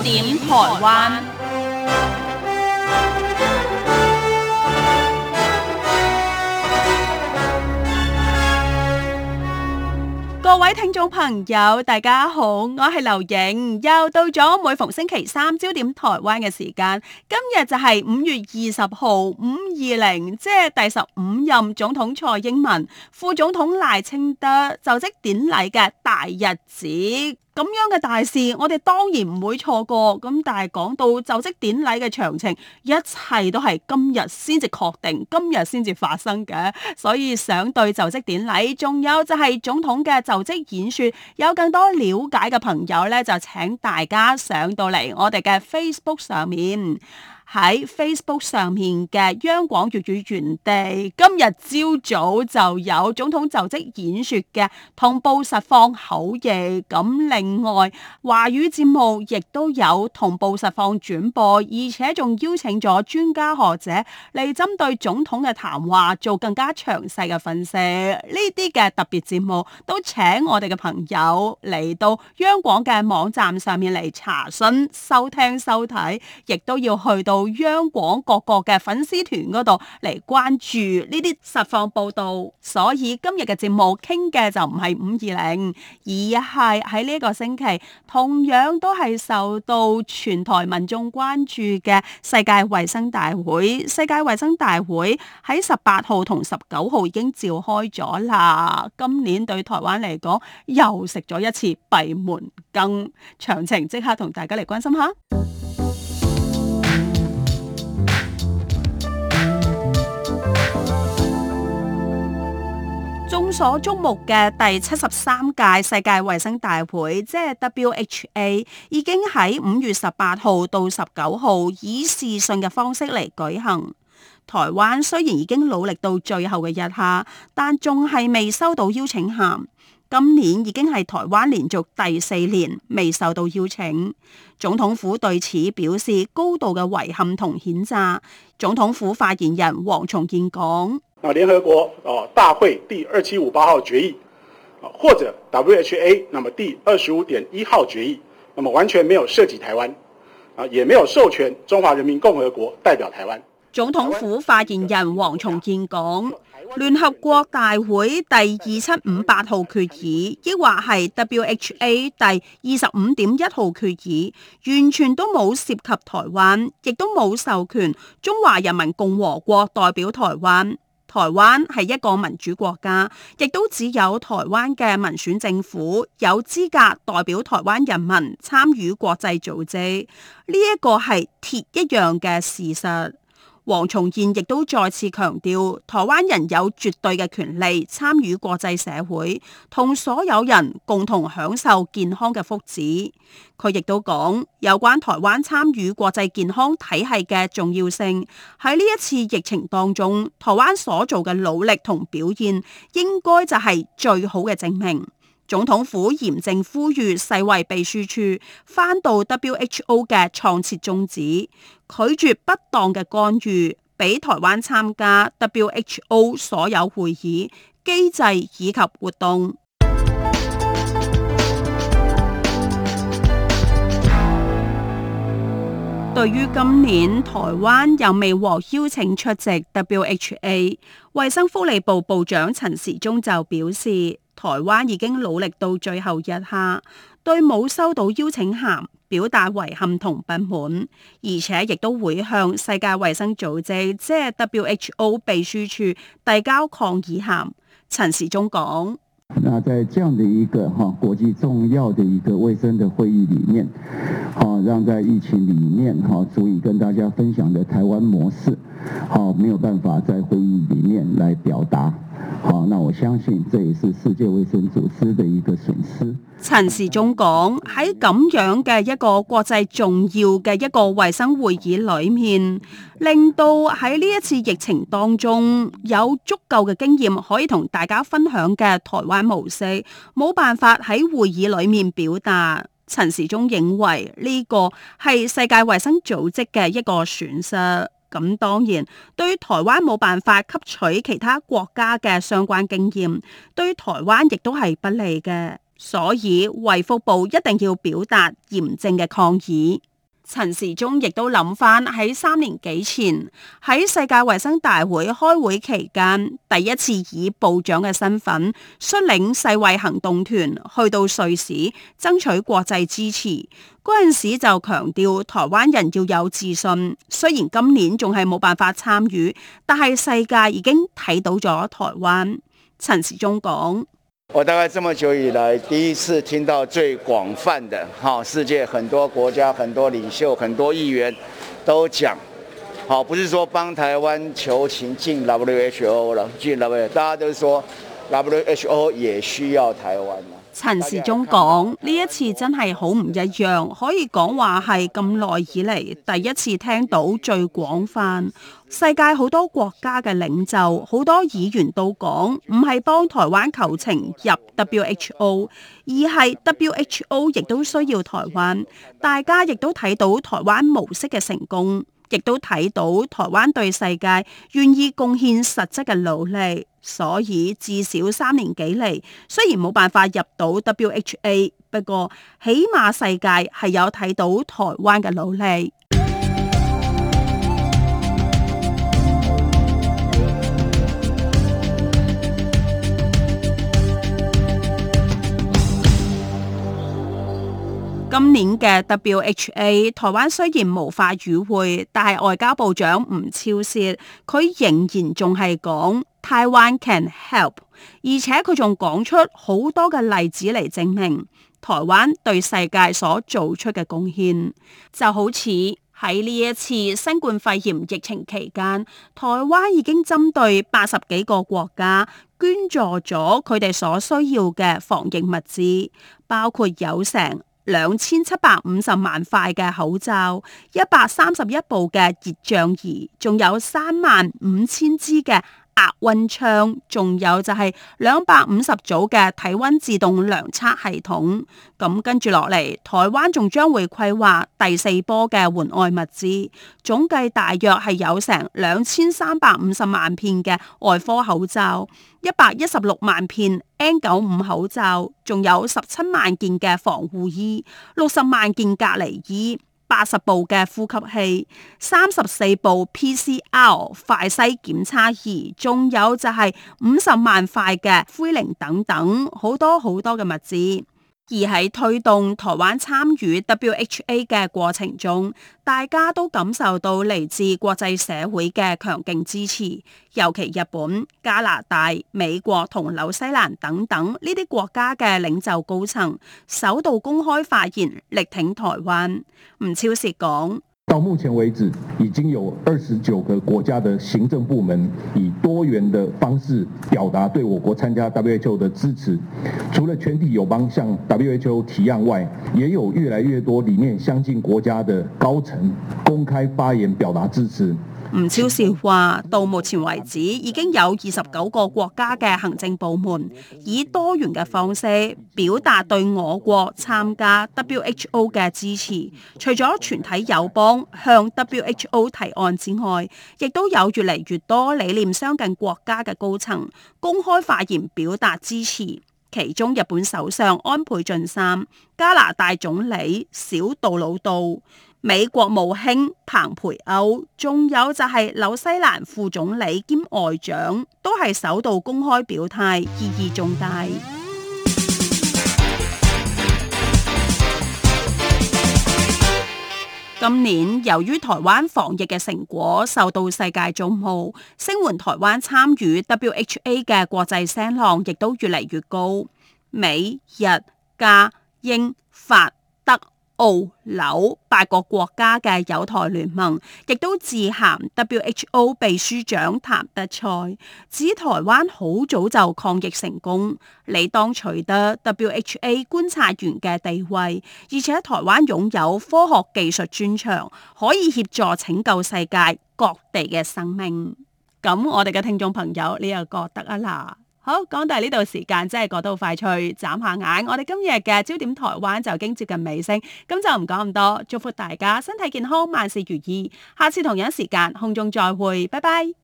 點台灣。各位聽眾朋友，大家好，我係劉影，又到咗每逢星期三焦點台灣嘅時間。今日就係5月20號520，即係第15任總統蔡英文、副總統賴清德就職典禮嘅大日子。咁樣嘅大事，我哋當然唔會錯過。咁但係講到就職典禮嘅詳情，一切都係今日先至確定，今日先至發生嘅。所以想對就職典禮，仲有就係總統嘅就職演說，有更多了解嘅朋友呢，就請大家上到嚟我哋嘅 Facebook 上面。喺 Facebook 上面嘅央廣粵語園地，今日朝早就有總統就職演說嘅同步實況口譯。咁另外華語節目亦都有同步實況轉播，而且仲邀請咗專家學者嚟針對總統嘅談話做更加詳細嘅分析。呢啲嘅特別節目都請我哋嘅朋友嚟到央廣嘅網站上面嚟查詢、收聽、收睇，亦都要去到央廣各個嘅粉絲團嗰度嚟關注呢啲實況報道。所以今日嘅節目傾嘅就唔係520，而係喺呢個星期同樣都係受到全台民眾關注嘅世界衛生大會。世界衛生大會喺18號同19號已經召開咗啦。今年對台灣嚟講又食咗一次閉門羹，詳情即刻同大家嚟關心下。眾所矚目嘅第73屆世界衛生大會，即係 WHA， 已經喺5月18號到19號以視訊嘅方式嚟舉行。台灣雖然已經努力到最後嘅一刻，但仲係未收到邀請函。今年已經係台灣連續第4年未受到邀請，總統府對此表示高度嘅遺憾同譴責。總統府發言人黃重建講： 聯合國大會第2758號決議，或者 WHA 那麼第25.1號決議，那麼完全沒有涉及台灣，也沒有授權中華人民共和國代表台灣。 總統府發言人黃重建講：聯合國大會第2758號決議，抑或係 WHA 第25.1號決議，完全都冇涉及台灣，亦都冇授權中華人民共和國代表台灣。台灣係一個民主國家，亦都只有台灣嘅民選政府有資格代表台灣人民參與國際組織，呢一個係鐵一樣嘅事實。黃重建亦都再次強調，台灣人有絕對嘅權利參與國際社會，同所有人共同享受健康嘅福祉。佢亦都講，有關台灣參與國際健康體系嘅重要性，喺呢一次疫情當中，台灣所做嘅努力同表現，應該就係最好嘅證明。總統府嚴正呼籲世衛秘書處翻到 WHO 嘅創設宗旨，拒絕不當嘅干預，俾台灣參加 WHO 所有會議、機制以及活動。對於今年台灣又未獲邀請出席 WHA， 衛生福利部部長陳時中就表示，台灣已經努力到最後一刻，對冇收到邀請函表達遺憾同不滿，而且亦都會向世界衛生組織即係 WHO 秘書處遞交抗議函。陳時中講： 那在這樣的一個國際重要的一個衛生的會議裡面，讓在疫情裡面足以跟大家分享的台灣模式，沒有辦法在會議裡面來表達。那我相信這也是世界衛生組織的一個損失。 陳時中講，喺咁樣嘅一個國際重要嘅一個衛生會議裏面，令到喺呢一次疫情當中有足夠嘅經驗可以同大家分享嘅台灣模式，冇辦法喺會議裏面表達。陳時中認為呢個係世界衛生組織嘅一個損失。咁當然，對於台灣冇辦法吸取其他國家嘅相關經驗，對於台灣亦都係不利嘅。所以衛福部一定要表達嚴正嘅抗議。 陳時中亦都諗翻喺3年幾前喺世界衛生大會開會期間，第一次以部長嘅身份率領世衛行動團去到瑞士爭取國際支持。嗰陣時就強調台灣人要有自信，雖然今年仲係冇辦法參與，但係世界已經睇到咗台灣。陳時中講： 我大概這麼久以來，第一次聽到最廣泛的，世界很多國家、很多領袖、很多議員都講，不是說幫台灣求情進 WHO 了，進 WHO， 大家都說 WHO 也需要台灣。 陳時中講：呢一次真係好唔一樣，可以講話係咁耐以嚟第一次聽到最廣泛。世界好多國家嘅領袖、好多議員都講，唔係幫台灣求情入 WHO， 而係 WHO 亦都需要台灣。大家亦都睇到台灣模式嘅成功，亦都睇到台灣對世界願意貢獻實質嘅努力。所以至少3年幾嚟，雖然冇辦法入到 WHO， 不過起碼世界係有睇到台灣嘅努力。今年嘅 WHA， 台灣雖然無法與會，但係外交部長吳釗燮，佢仍然仲係講台灣 can help， 而且佢仲講出好多嘅例子嚟證明台灣對世界所做出嘅貢獻，就好似喺呢一次新冠肺炎疫情期間，台灣已經針對80幾個國家捐助咗佢哋所需要嘅防疫物資，包括有成2750萬塊嘅口罩、131部嘅熱脹儀，仲有35000支嘅額溫槍，仲有就係250組嘅體溫自動量測系統。咁跟住落嚟，台灣仲將會規劃第4波嘅援外物資，總計大約係有成2350萬片嘅外科口罩、116萬片 N95 口罩，仲有17萬件嘅防護衣、60萬件隔離衣、80部嘅呼吸器、34部 PCR 快篩檢測儀，仲有就係50萬塊嘅奎寧等等，好多好多嘅物資。而喺推動台灣參與 WHA 嘅過程中，大家都感受到嚟自國際社會嘅強勁支持，尤其日本、加拿大、美國同紐西蘭等等呢啲國家嘅領袖高層首度公開發言力挺台灣。吳釗燮講： 到目前為止，已經有29個國家的行政部門以多元的方式表達對我國參加 WHO 的支持。除了全體友邦向 WHO 提案外，也有越來越多理念相近國家的高層公開發言表達支持。 吳釗燮話：到目前為止，已經有29個國家嘅行政部門以多元嘅方式表達對我國參加 WHO 嘅支持。除咗全體友邦向 WHO 提案之外，亦都有越嚟越多理念相近國家嘅高層公開發言表達支持。其中日本首相安倍晉三、加拿大總理小杜魯道、美國務卿彭培歐，仲有就係紐西蘭副總理兼外長，都係首度公開表態，意義重大。今年由於台灣防疫嘅成果受到世界矚目，聲援台灣參與 WHA 嘅國際聲浪亦都越嚟越高。美、日、加、英、法、德、澳、紐8個國家嘅友台聯盟亦都致函 WHO 秘書長譚德塞，指台灣好早就抗疫成功，理當取得 WHA 觀察員嘅地位，而且台灣擁有科學技術專長，可以協助拯救世界各地嘅生命。咁我哋嘅聽眾朋友，你又覺得啊啦？好，講到呢度時間真係過得好快脆，眨下眼，我哋今日嘅焦點台灣就已經接近尾聲，咁就唔講咁多，祝福大家身體健康，萬事如意，下次同樣時間空中再會，拜拜。